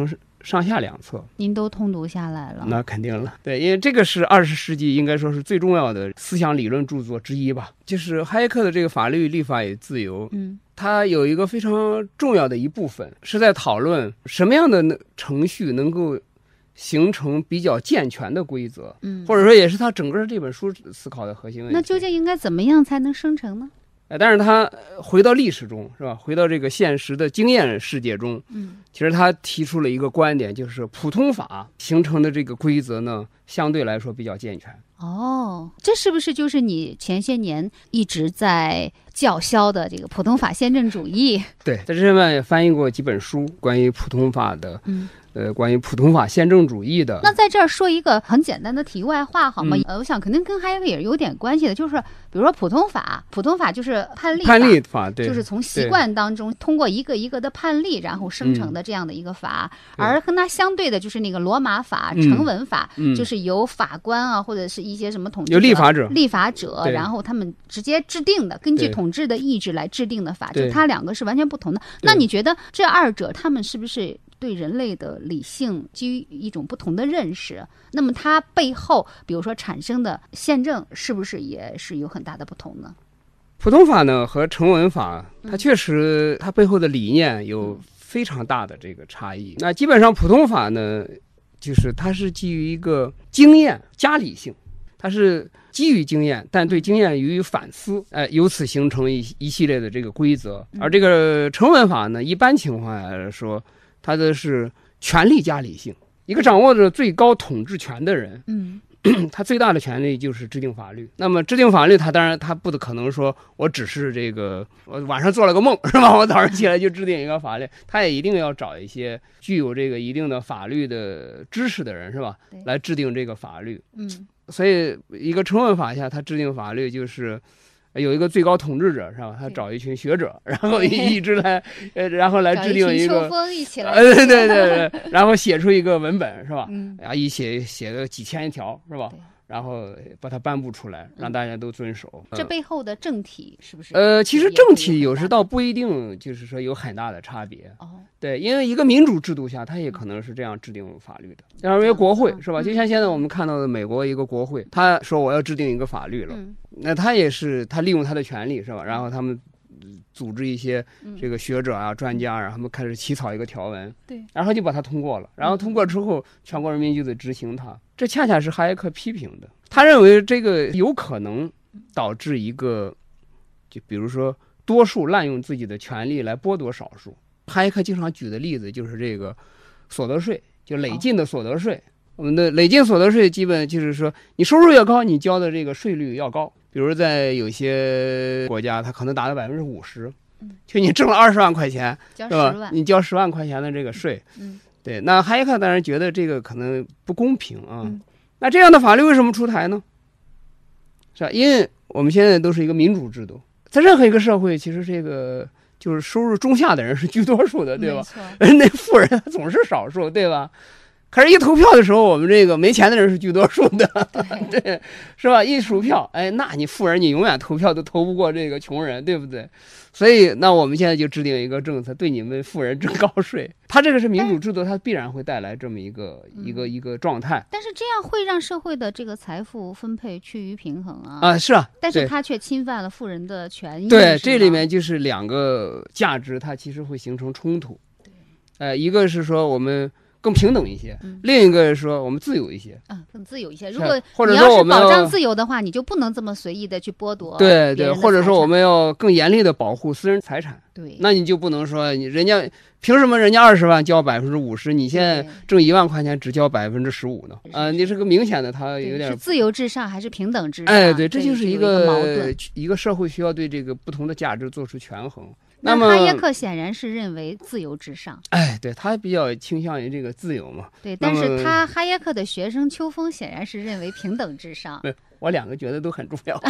上下两册， 您都通读下来了。 那肯定了，对，因为这个是20世纪应该说是最重要的思想理论著作之一吧。就是哈耶克的这个《法律、立法与自由》，它有一个非常重要的一部分是在讨论什么样的程序能够形成比较健全的规则，或者说也是他整个这本书思考的核心问题。 那究竟应该怎么样才能生成呢？ 但是他回到历史中，是吧？回到这个现实的经验世界中，其实他提出了一个观点，就是普通法形成的这个规则呢，相对来说比较健全。 哦，这是不是就是你前些年一直在叫嚣的这个普通法宪政主义？ 对，在这上面也翻译过几本书，关于普通法的，关于普通法宪政主义的。 那在这儿说一个很简单的题外话好吗？我想肯定跟哈耶克也有点关系的，就是比如说普通法就是判例法，对，就是从习惯当中通过一个一个的判例，然后生成的这样的一个法。而跟它相对的就是那个罗马法、成文法，就是由法官啊或者是一些什么统治者、 有立法者， 然后他们直接制定的，根据统治的意志来制定的法，就它两个是完全不同的。那你觉得这二者他们是不是对人类的理性基于一种不同的认识？那么它背后比如说产生的宪政是不是也是有很大的不同呢？ 普通法呢和成文法，它确实它背后的理念有非常大的这个差异。那基本上普通法呢，就是它是基于一个经验加理性，它是基于经验，但对经验予以反思，由此形成一系列的这个规则。而这个成文法呢，一般情况下来说，它的是权力加理性。一个掌握着最高统治权的人，他最大的权利就是制定法律。那么制定法律，他当然他不可能说我只是这个我晚上做了个梦是吧？我早上起来就制定一个法律，他也一定要找一些具有这个一定的法律的知识的人是吧？来制定这个法律。所以一个成文法下，他制定法律就是有一个最高统治者是吧？他找一群学者，然后一直来，然后来制定一个， 一起来， 对，然后写出一个文本是吧？然后写个几千条是吧？然后把它颁布出来，让大家都遵守。 这背后的政体是不是？ 其实政体有时倒不一定，就是说有很大的差别。对，因为一个民主制度下，它也可能是这样制定法律的。因为国会是吧？就像现在我们看到的美国一个国会，他说我要制定一个法律了，那他也是他利用他的权利是吧？然后他们组织一些这个学者啊、专家，然后他们开始起草一个条文，然后就把它通过了。然后通过之后，全国人民就得执行它。这恰恰是哈耶克批评的。他认为这个有可能导致一个，就比如说多数滥用自己的权利来剥夺少数。哈耶克经常举的例子就是这个所得税，就累进的所得税。我们的累进所得税基本就是说，你收入越高，你交的这个税率要高。比如在有些国家，它可能达到50%，就你挣了20万块钱，是吧？你交10万块钱的这个税，对。那哈耶克当然觉得这个可能不公平啊。那这样的法律为什么出台呢？是吧？因为我们现在都是一个民主制度，在任何一个社会，其实这个就是收入中下的人是居多数的，对吧？那富人总是少数，对吧？可是，一投票的时候，我们这个没钱的人是居多数的，对，是吧？一数票，那你富人你永远投票都投不过这个穷人，对不对？所以，那我们现在就制定一个政策，对你们富人征高税。它这个是民主制度，它必然会带来这么一个状态。 但是这样会让社会的这个财富分配趋于平衡啊！ 是啊， 但是它却侵犯了富人的权益。 对，这里面就是两个价值，它其实会形成冲突。一个是说我们更平等一些，另一个是说我们自由一些， 更自由一些。如果你要是保障自由的话，你就不能这么随意的去剥夺。 对，或者说我们要更严厉的保护私人财产。 对， 那你就不能说人家凭什么人家20万交50%，你现在挣1万块钱只交15%呢？你这个明显的它有点是自由至上还是平等至上？ 对，这就是一个矛盾。一个社会需要对这个不同的价值做出权衡。 那么哈耶克显然是认为自由至上， 对，他比较倾向于这个自由嘛。 对，但是哈耶克的学生秋风显然是认为平等至上。 我两个觉得都很重要。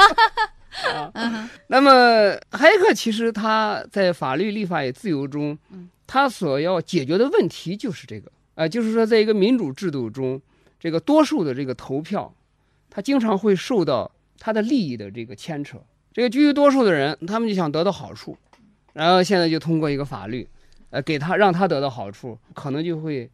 那么哈耶克其实他在法律、立法与自由中，他所要解决的问题就是这个，就是说在一个民主制度中，这个多数的这个投票，他经常会受到他的利益的这个牵扯。这个居于多数的人，他们就想得到好处。然后现在就通过一个法律，让他得到好处，可能就会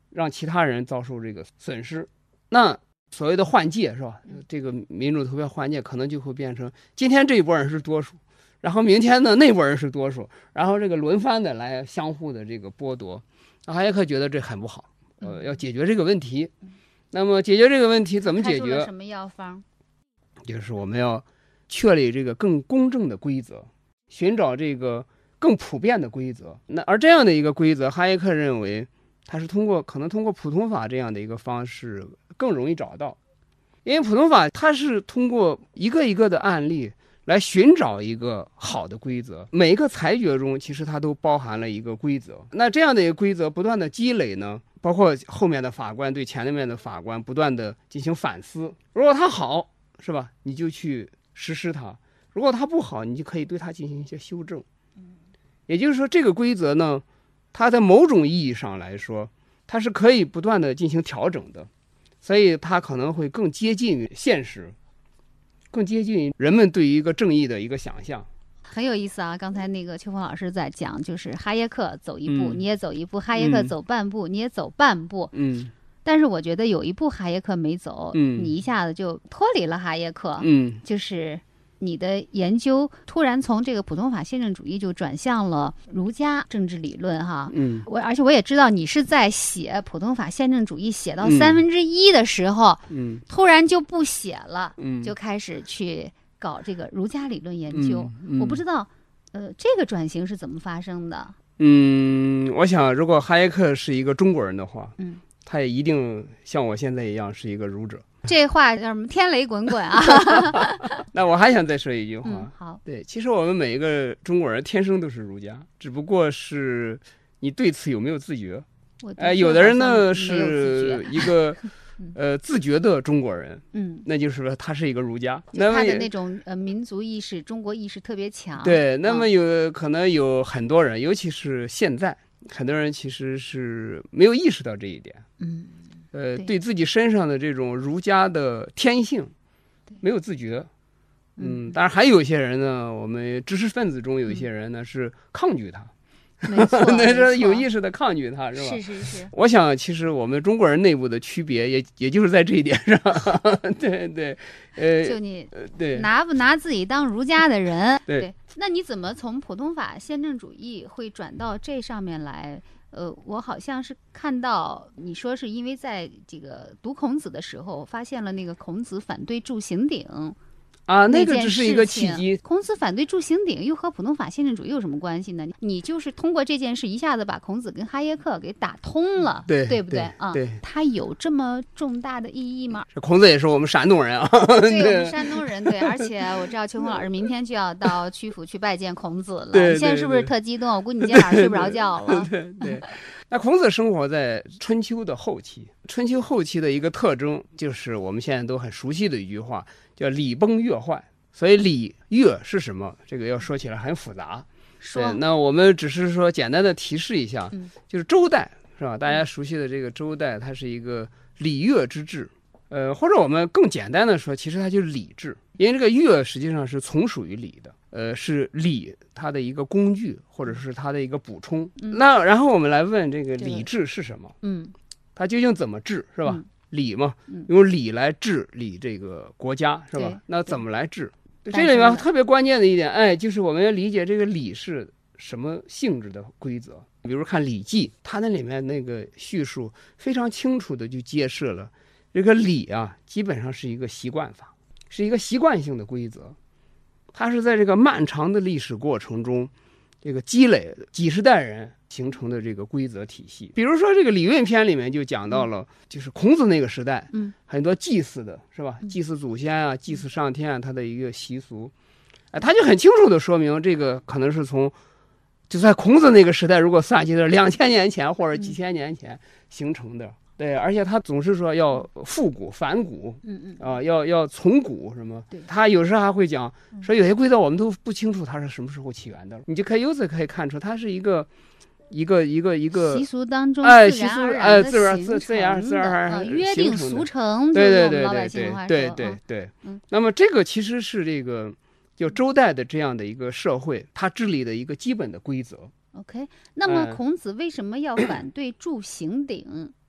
让其他人遭受这个损失。那所谓的换届是吧？这个民主投票换届可能就会变成今天这一波人是多数，然后明天呢那波人是多数，然后这个轮番的来相互的这个剥夺。哈耶克觉得这很不好，要解决这个问题。那么解决这个问题怎么解决？ 什么药方？ 就是我们要确立这个更公正的规则，寻找这个更普遍的规则。而这样的一个规则，哈耶克认为它是可能通过普通法这样的一个方式更容易找到，因为普通法它是通过一个一个的案例来寻找一个好的规则，每一个裁决中其实它都包含了一个规则。那这样的一个规则不断的积累呢，包括后面的法官对前面的法官不断的进行反思，如果它好是吧，你就去实施它；如果它不好，你就可以对它进行一些修正。也就是说，这个规则呢，它在某种意义上来说，它是可以不断的进行调整的，所以它可能会更接近于现实，更接近于人们对于一个正义的一个想象。 很有意思啊！刚才那个秋风老师在讲，就是哈耶克走一步，你也走一步；哈耶克走半步，你也走半步。但是我觉得有一步哈耶克没走，你一下子就脱离了哈耶克。就是你的研究突然从这个普通法宪政主义就转向了儒家政治理论哈。而且我也知道你是在写普通法宪政主义写到1/3的时候，突然就不写了，就开始去搞这个儒家理论研究。我不知道这个转型是怎么发生的。 我想如果哈耶克是一个中国人的话，他也一定像我现在一样是一个儒者。 这话叫什么？天雷滚滚啊！ 那我还想再说一句话。 好， 对，其实我们每一个中国人天生都是儒家，只不过是你对此有没有自觉。有的人呢是一个自觉的中国人，那就是说他是一个儒家，那么他的那种民族意识、中国意识特别强。 对，那么可能有很多人，尤其是现在，很多人其实是没有意识到这一点。对自己身上的这种儒家的天性没有自觉。当然还有一些人呢，我们知识分子中有一些人呢是抗拒他。 没错， 那是有意识的抗拒它，是吧？ 是。 我想，其实我们中国人内部的区别也就是在这一点上。对， 就你对拿不拿自己当儒家的人？ 对。 那你怎么从普通法宪政主义会转到这上面来？我好像是看到你说是因为在这个读孔子的时候，发现了那个孔子反对铸刑鼎。 那个只是一个契机。 孔子反对铸刑鼎又和普通法宪政主义有什么关系呢？你就是通过这件事一下子把孔子跟哈耶克给打通了，对不对啊？ 对， 他有这么重大的意义吗？ 孔子也是我们山东人啊。 对，我们山东人。对，而且我知道秋风老师明天就要到曲阜去拜见孔子了。 对， 你现在是不是特激动？我估计你今天晚上睡不着觉了。 对。那孔子生活在春秋的后期，春秋后期的一个特征就是我们现在都很熟悉的一句话，叫礼崩乐坏。所以礼乐是什么？这个要说起来很复杂。对，那我们只是说简单的提示一下，就是周代是吧？大家熟悉的这个周代，它是一个礼乐之治。或者我们更简单的说，其实它就是礼制，因为这个乐实际上是从属于礼的。是礼它的一个工具，或者是它的一个补充。那然后我们来问这个礼制是什么？它究竟怎么治，是吧？礼嘛，用礼来治理这个国家，是吧？那怎么来治？这里面特别关键的一点，就是我们要理解这个礼是什么性质的规则。比如看《礼记》，它那里面那个叙述非常清楚的就揭示了这个礼啊，基本上是一个习惯法，是一个习惯性的规则。它是在这个漫长的历史过程中，这个积累几十代人形成的这个规则体系。比如说这个《礼运篇》里面就讲到了，就是孔子那个时代，很多祭祀的是吧？祭祀祖先啊，祭祀上天啊，它的一个习俗，他就很清楚的说明，这个可能是就在孔子那个时代，如果算计的2000年前或者几千年前形成的。对，而且他总是说要复古反古，要从古什么。他有时候还会讲说有些规则我们都不清楚它是什么时候起源的，你就由此可以看出它是一个习俗当中自然而然约定俗成， 对， 老百姓话说。 对。那么这个其实是这个就周代的这样的一个社会，它治理的一个基本的规则。 OK， 那么孔子为什么要反对铸刑鼎？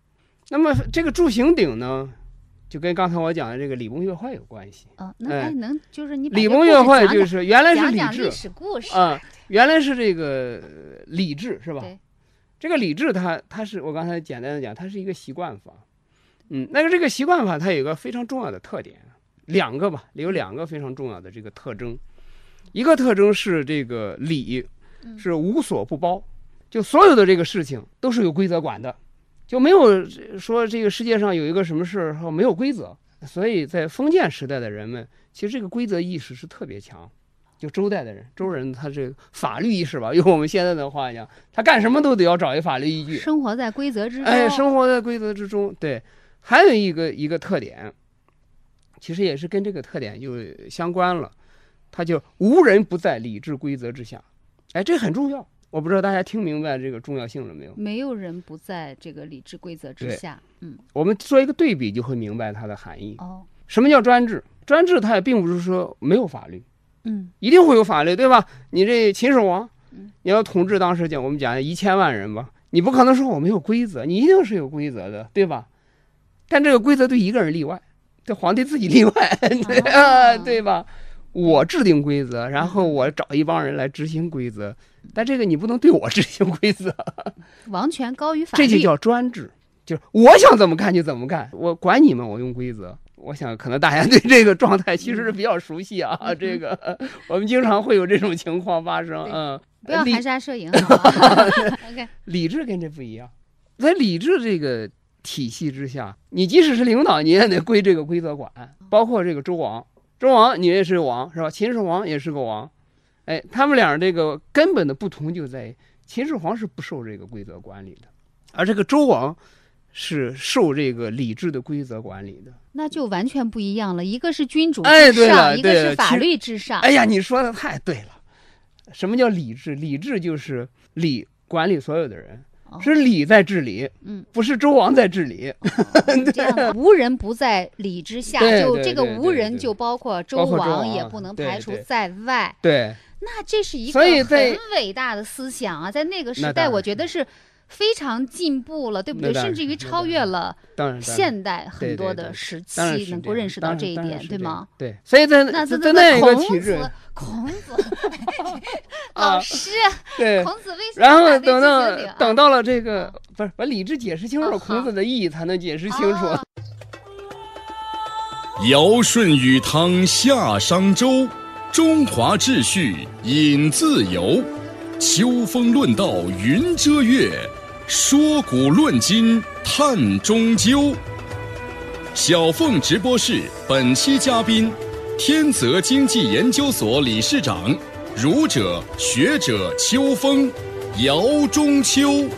那么这个柱形鼎呢，就跟刚才我讲的这个礼崩乐坏有关系。 能就是你礼崩乐坏就是原来是礼制历史故事原来是这个礼制是吧？ 对， 这个礼制它是我刚才简单的讲，它是一个习惯法。那个这个习惯法它有一个非常重要的特点，有两个非常重要的这个特征。一个特征是这个礼是无所不包，就所有的这个事情都是有规则管的，就没有说这个世界上有一个什么事儿没有规则。所以在封建时代的人们，其实这个规则意识是特别强。就周代的人，周人他这个法律意识吧，用我们现在的话讲，他干什么都得要找一法律依据， 生活在规则之中。 生活在规则之中。对，还有一个特点，其实也是跟这个特点就相关了，它就无人不在礼制规则之下。这很重要。我不知道大家听明白这个重要性了没有？ 没有人不在这个礼制规则之下。 我们做一个对比就会明白它的含义。什么叫专制？专制它也并不是说没有法律。一定会有法律，对吧？你这秦始皇，你要统治当时我们讲1000万人吧，你不可能说我没有规则，你一定是有规则的，对吧？但这个规则对一个人例外，对皇帝自己例外，对吧？我制定规则，然后我找一帮人来执行规则，但这个你不能对我执行规则， 王权高于法律， 这就叫专制，就是我想怎么干就怎么干，我管你们，我用规则。我想可能大家对这个状态其实是比较熟悉啊，这个我们经常会有这种情况发生。 不要含沙射影OK， 理智跟这不一样，在理智这个体系之下，你即使是领导，你也得归这个规则管。包括这个周王你也是王是吧？秦始皇也是个王，他们俩这个根本的不同就在于，秦始皇是不受这个规则管理的，而这个周王是受这个礼制的规则管理的， 那就完全不一样了。一个是君主之上，一个是法律之上。 你说的太对了。什么叫礼制？礼制就是礼管理所有的人，是礼在治理，不是周王在治理。 这样无人不在礼之下，就这个无人就包括周王，也不能排除在外。 对， 那这是一个很伟大的思想啊，在那个时代，我觉得是非常进步了，对不对？甚至于超越了现代很多的时期，能够认识到这一点，对吗？ 对，所以在那一个体制， 孔子老师， 对， 孔子为什么？ 然后等到了这个，不是把礼制解释清楚，孔子的意义才能解释清楚。 尧舜禹汤夏商周，中华秩序引自由。秋风论道云遮月，说古论今探中究。小凤直播室本期嘉宾，天泽经济研究所理事长、儒者学者秋风，姚中秋。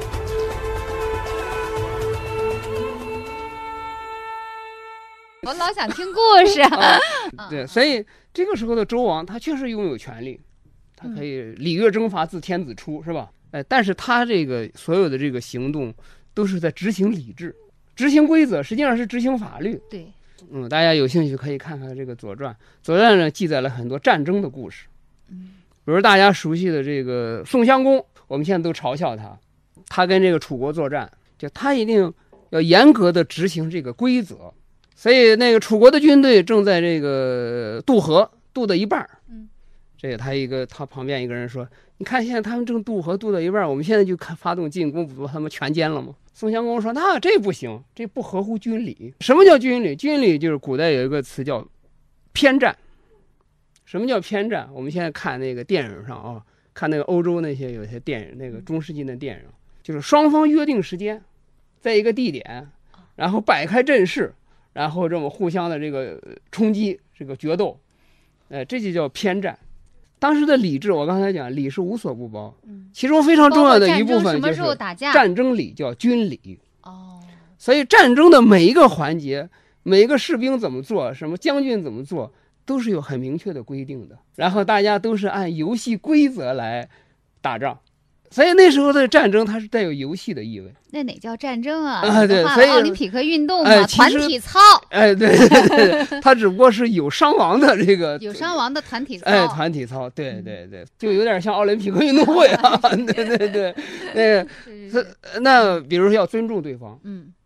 我老想听故事。 对，所以这个时候的周王他确实拥有权力，他可以礼乐征伐自天子出，是吧？但是他这个所有的这个行动都是在执行礼制、执行规则，实际上是执行法律。 对， 大家有兴趣可以看看这个《左传》。《左传》呢记载了很多战争的故事，比如大家熟悉的这个宋襄公，我们现在都嘲笑他跟这个楚国作战，就他一定要严格的执行这个规则。所以那个楚国的军队正在这个渡河，渡到一半，这个他旁边一个人说：“你看现在他们正渡河渡到一半，我们现在就发动进攻，不把他们全歼了吗？”宋襄公说：“那这不行，这不合乎军礼。什么叫军礼？军礼就是古代有一个词叫偏战。什么叫偏战？我们现在看那个电影上啊，看那个欧洲那些有些电影，那个中世纪的电影，就是双方约定时间，在一个地点，然后摆开阵势。”然后这么互相的这个冲击，这个决斗，这就叫偏战。当时的礼制，我刚才讲，礼是无所不包，其中非常重要的一部分就是战争礼，叫军礼。所以战争的每一个环节，每一个士兵怎么做，什么将军怎么做，都是有很明确的规定的。然后大家都是按游戏规则来打仗。所以那时候的战争它是带有游戏的意味。 那哪叫战争啊？ 对，所以奥林匹克运动嘛，团体操。 对，它只不过是有伤亡的这个有伤亡的团体操。 团体操，对，就有点像奥林匹克运动会啊。对，那比如说要尊重对方，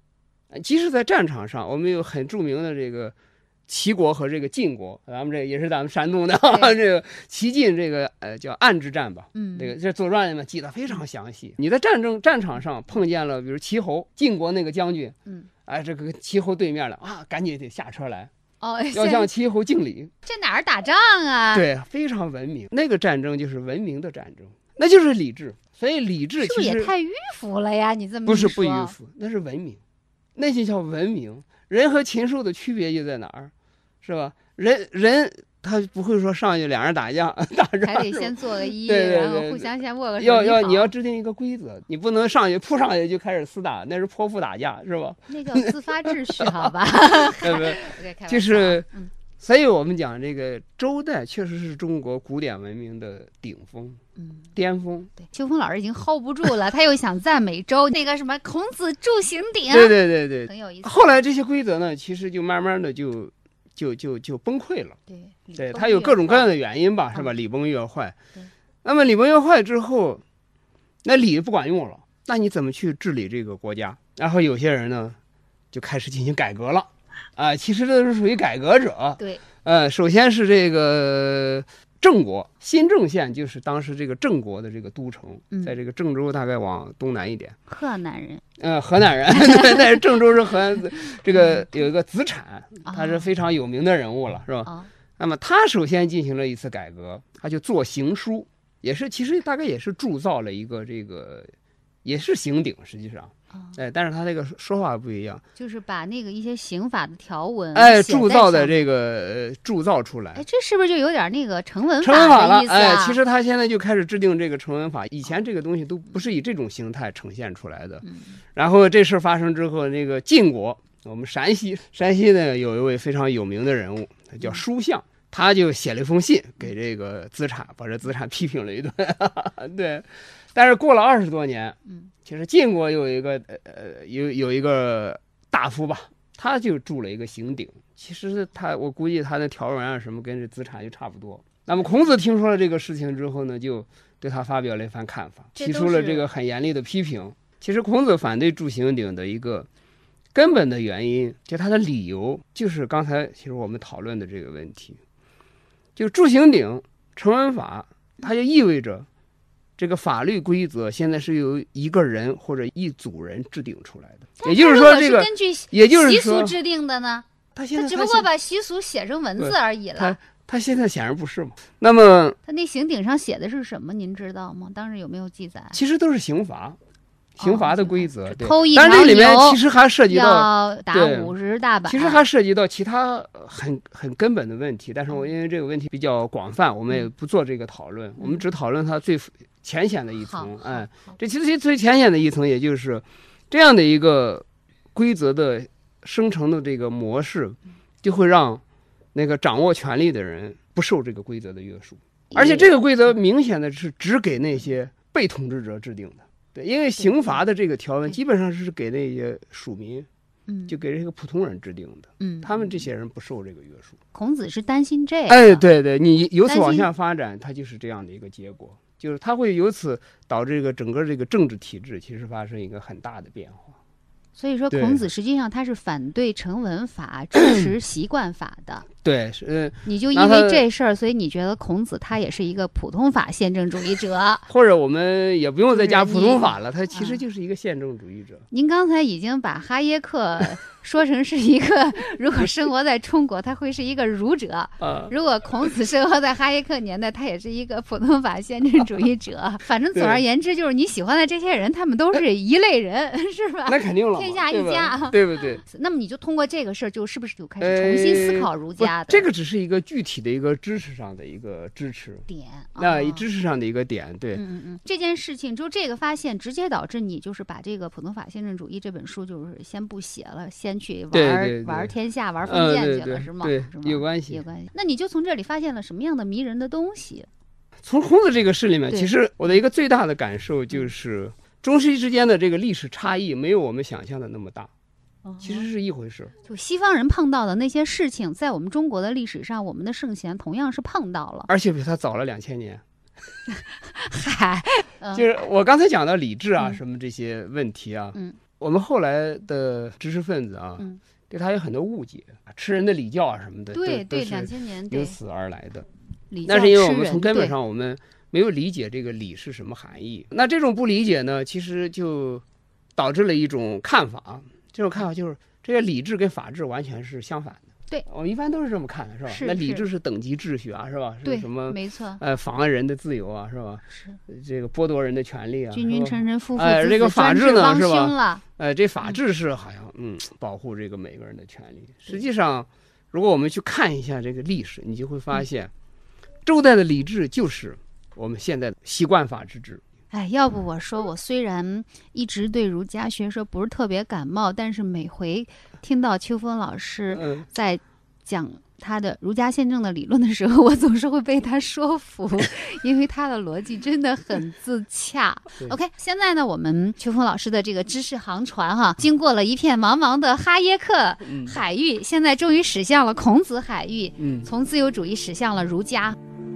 即使在战场上，我们有很著名的这个齐国和这个晋国，咱们这也是咱们山东的这个齐晋这个叫暗之战吧，这个这《左传》里面记得非常详细。你在战场上碰见了，比如齐侯，晋国那个将军，这个齐侯对面了啊，赶紧得下车来。要向齐侯敬礼。 这哪儿打仗啊？ 对，非常文明。那个战争就是文明的战争，那就是理智。所以理智其实是不是也太迂腐了呀？你这么不是不迂腐，那是文明，那就叫文明。人和禽兽的区别就在哪儿，是吧？人他不会说上去两人打仗， 还得先做个揖， 对， 然后互相先握个手。 你要制定一个规则，你不能上去扑上去就开始厮打，那是泼妇打架，是吧？ 那叫自发秩序，好吧？ 就是，所以我们讲这个周代确实是中国古典文明的顶峰，巅峰。 对，秋风老师已经 hold 不住了，他又想赞美周那个什么孔子住行鼎， 对， 很有意思。 后来这些规则呢，其实就慢慢的就崩溃了。对，它有各种各样的原因吧，是吧？礼崩乐坏。那么礼崩乐坏之后，那礼不管用了，那你怎么去治理这个国家？然后有些人呢，就开始进行改革了。其实这是属于改革者。 对。 首先是这个郑国，新郑县就是当时这个郑国的这个都城，在这个郑州大概往东南一点。 河南人。 河南人，但是郑州是河南，这个有一个子产，他是非常有名的人物了，是吧？那么他首先进行了一次改革，他就做行书，其实大概也是铸造了一个这个，也是刑鼎，实际上。但是他这个说法不一样， 就是把那个一些刑法的条文铸造的这个铸造出来。 这是不是就有点那个成文法的意思啊？ 其实他现在就开始制定这个成文法，以前这个东西都不是以这种形态呈现出来的。然后这事发生之后，那个晋国，我们山西呢有一位非常有名的人物，他叫叔向，他就写了一封信给这个子产，把这子产批评了一顿。对，但是过了20多年，其实晋国有一个有一个大夫吧，他就铸了一个刑鼎。其实我估计他的条文啊什么跟这子产就差不多。那么孔子听说了这个事情之后呢，就对他发表了一番看法，提出了这个很严厉的批评。其实孔子反对铸刑鼎的一个根本的原因，就他的理由就是刚才其实我们讨论的这个问题，就铸刑鼎成文法，它就意味着这个法律规则现在是由一个人或者一组人制定出来的，也就是说，这个根据习俗制定的呢，他只不过把习俗写成文字而已了。 他现在显然不是嘛。那么他那刑鼎上写的是什么？您知道吗？当时有没有记载？ 其实都是刑罚的规则。对， 偷一条牛， 但这里面其实还涉及到要打50大板。 其实还涉及到其他很根本的问题，但是我因为这个问题比较广泛，我们也不做这个讨论，我们只讨论它最浅显的一层。这其实最浅显的一层，也就是这样的一个规则的生成的这个模式，就会让那个掌握权力的人不受这个规则的约束，而且这个规则明显的是只给那些被统治者制定的。对，因为刑罚的这个条文基本上是给那些庶民，就给这个普通人制定的。他们这些人不受这个约束。 孔子是担心这个。 对，你由此往下发展，它就是这样的一个结果，就是它会由此导致这个整个这个政治体制其实发生一个很大的变化。 所以说，孔子实际上他是反对成文法，支持习惯法的。 对， 你就因为这事儿，所以你觉得孔子他也是一个普通法宪政主义者， 或者我们也不用再加普通法了，他其实就是一个宪政主义者。 您刚才已经把哈耶克说成是一个，如果生活在中国，他会是一个儒者；如果孔子生活在哈耶克年代，他也是一个普通法宪政主义者。反正总而言之，就是你喜欢的这些人，他们都是一类人，是吧？ 那肯定了， 天下一家， 对不对？ 那么你就通过这个事儿，就是不是就开始重新思考儒家的？ 这个只是一个具体的一个知识上的一个支持点， 知识上的一个点。对， 这件事情就这个发现，直接导致你就是把这个《普通法宪政主义》这本书就是先不写了，先去玩天下、玩封建去了，是吗？ 对，有关系。 那你就从这里发现了什么样的迷人的东西？ 从孔子这个事里面，其实我的一个最大的感受就是，中西之间的这个历史差异没有我们想象的那么大。其实是一回事。 就西方人碰到的那些事情，在我们中国的历史上，我们的圣贤同样是碰到了， 而且比他早了2000年。 嗨， 就是我刚才讲到理智啊，什么这些问题啊， 我们后来的知识分子啊，对他有很多误解，吃人的礼教啊什么的， 对 ，2000年由此而来的。那是因为我们从根本上我们没有理解这个礼是什么含义。那这种不理解呢，其实就导致了一种看法，这种看法就是这个理智跟法治完全是相反的。 对， 我们一般都是这么看的，是吧？那理智是等级秩序啊，是吧？ 对， 是什么？ 没错。 妨碍人的自由啊，是吧？是这个剥夺人的权利啊， 君君臣臣，父父子子，这个法治呢，是吧？ 这法治是好像保护这个每个人的权利。实际上，如果我们去看一下这个历史，你就会发现，周代的礼制就是我们现在的习惯法治制。 要不我说我虽然一直对儒家学说不是特别感冒，但是每回听到秋风老师在讲他的儒家宪政的理论的时候，我总是会被他说服，因为他的逻辑真的很自洽。OK， 现在呢，我们秋风老师的这个知识航船哈，经过了一片茫茫的哈耶克海域，现在终于驶向了孔子海域，从自由主义驶向了儒家。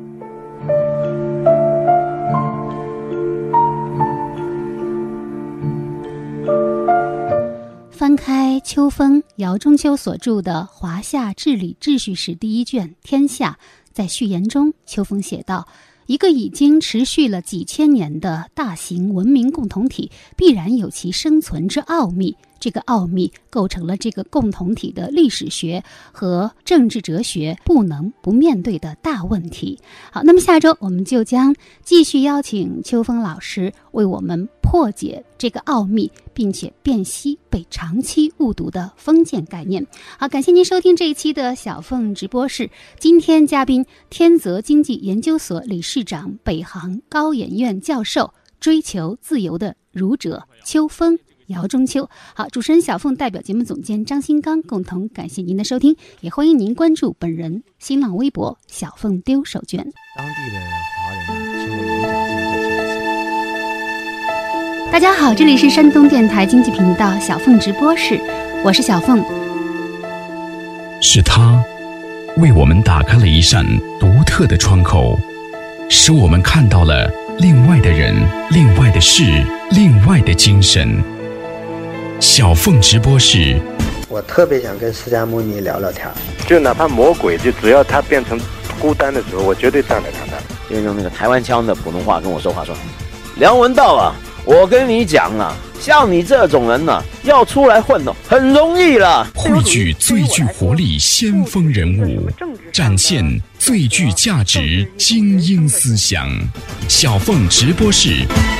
翻开秋风姚中秋所著的《华夏治理秩序史》第1卷《天下》，在序言中，秋风写道：一个已经持续了几千年的大型文明共同体，必然有其生存之奥秘。这个奥秘构成了这个共同体的历史学和政治哲学不能不面对的大问题。好，那么下周我们就将继续邀请秋风老师为我们破解这个奥秘，并且辨析被长期误读的封建概念。好，感谢您收听这一期的小凤直播室。今天嘉宾天泽经济研究所理事长、北航高研院教授，追求自由的儒者秋风姚中秋。好，主持人小凤代表节目总监张新刚共同感谢您的收听，也欢迎您关注本人新浪微博小凤丢手绢。 当地的华人成为演讲经济的阶层。 大家好，这里是山东电台经济频道小凤直播室，我是小凤。 是他为我们打开了一扇独特的窗口，使我们看到了另外的人、另外的事、另外的精神。小凤直播室， 我特别想跟释迦牟尼聊聊天， 就哪怕魔鬼，就只要他变成孤单的时候，我绝对站在他那。 就用那个台湾腔的普通话跟我说话，说：“梁文道啊，我跟你讲啊，像你这种人呢，要出来混哦，很容易了。” 汇聚最具活力先锋人物，展现最具价值精英思想。小凤直播室。